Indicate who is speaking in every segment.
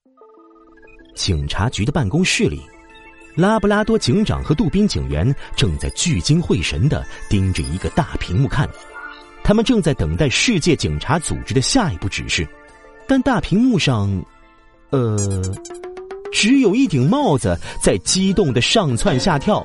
Speaker 1: 警察局的办公室里，拉布拉多警长和杜宾警员正在聚精会神地盯着一个大屏幕看，他们正在等待世界警察组织的下一步指示。但大屏幕上只有一顶帽子在激动地上蹿下跳。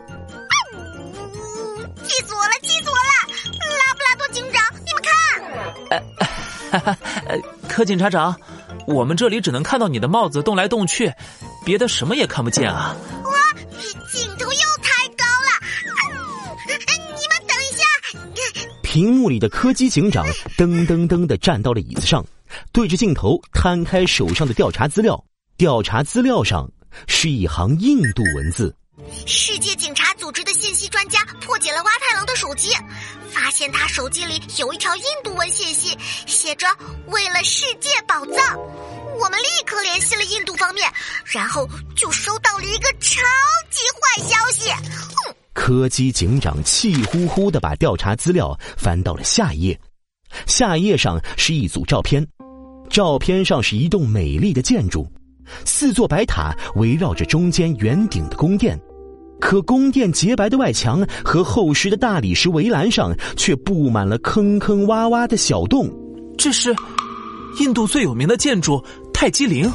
Speaker 2: 气死我了，气死我了！拉布拉多警长，你们看！
Speaker 3: 柯警察长，我们这里只能看到你的帽子动来动去，别的什么也看不见啊。
Speaker 2: 哇，镜头又太高了！你们等一下！
Speaker 1: 屏幕里的柯基警长噔噔噔地站到了椅子上，对着镜头摊开手上的调查资料。调查资料上是一行印度文字：
Speaker 2: 世界警察组织的信息专家破解了蛙太郎的手机，发现他手机里有一条印度文信息，写着为了世界宝藏。我们立刻联系了印度方面，然后就收到了一个超级坏消息。
Speaker 1: 柯基警长气呼呼地把调查资料翻到了下一页，下一页上是一组照片，照片上是一栋美丽的建筑，4座白塔围绕着中间圆顶的宫殿，可宫殿洁白的外墙和厚实的大理石围栏上却布满了坑坑洼洼的小洞。
Speaker 3: 这是印度最有名的建筑泰姬陵。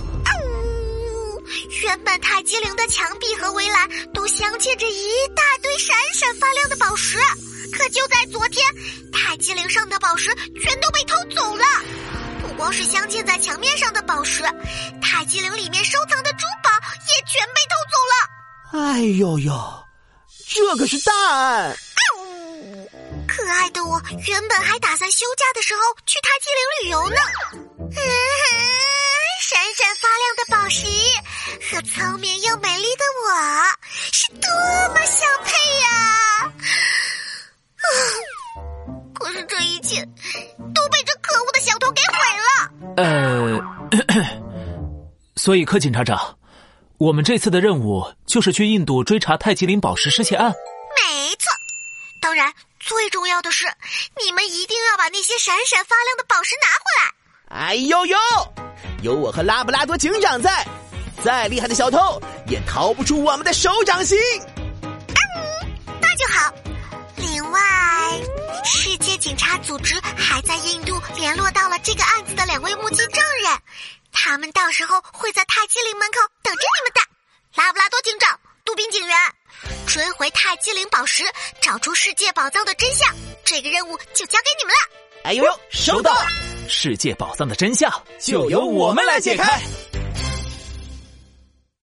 Speaker 2: 原本泰姬陵的墙壁和围栏都镶嵌着一大堆闪闪发亮的宝石，可就在昨天，泰姬陵上的宝石全都被偷走了。不光是镶嵌在墙面上的宝石，泰姬陵里面收藏的珠宝也全被偷走了。
Speaker 1: 哎呦呦，这可是大案！
Speaker 2: 可爱的我原本还打算休假的时候去泰姬陵旅游呢。闪闪发亮的宝石和聪明又美丽的我，是多么相配呀！可是这一切都被这可恶的小偷给毁了。
Speaker 3: 所以柯警察长，我们这次的任务就是去印度追查泰姬陵宝石失窃案。
Speaker 2: 没错，当然最重要的是，你们一定要把那些闪闪发亮的宝石拿回来。
Speaker 4: 哎呦呦，有我和拉布拉多警长在，再厉害的小偷也逃不出我们的手掌心。
Speaker 2: 那就好。另外，世界警察组织还在印度联络到了这个案子的2位目击证人，他们到时候会在泰姬陵门口等着你们的。拉布拉多警长，杜宾警员，追回泰姬陵宝石，找出世界宝藏的真相，这个任务就交给你们了。
Speaker 4: 哎呦呦，收到！
Speaker 3: 世界宝藏的真相
Speaker 4: 就由我们来解开。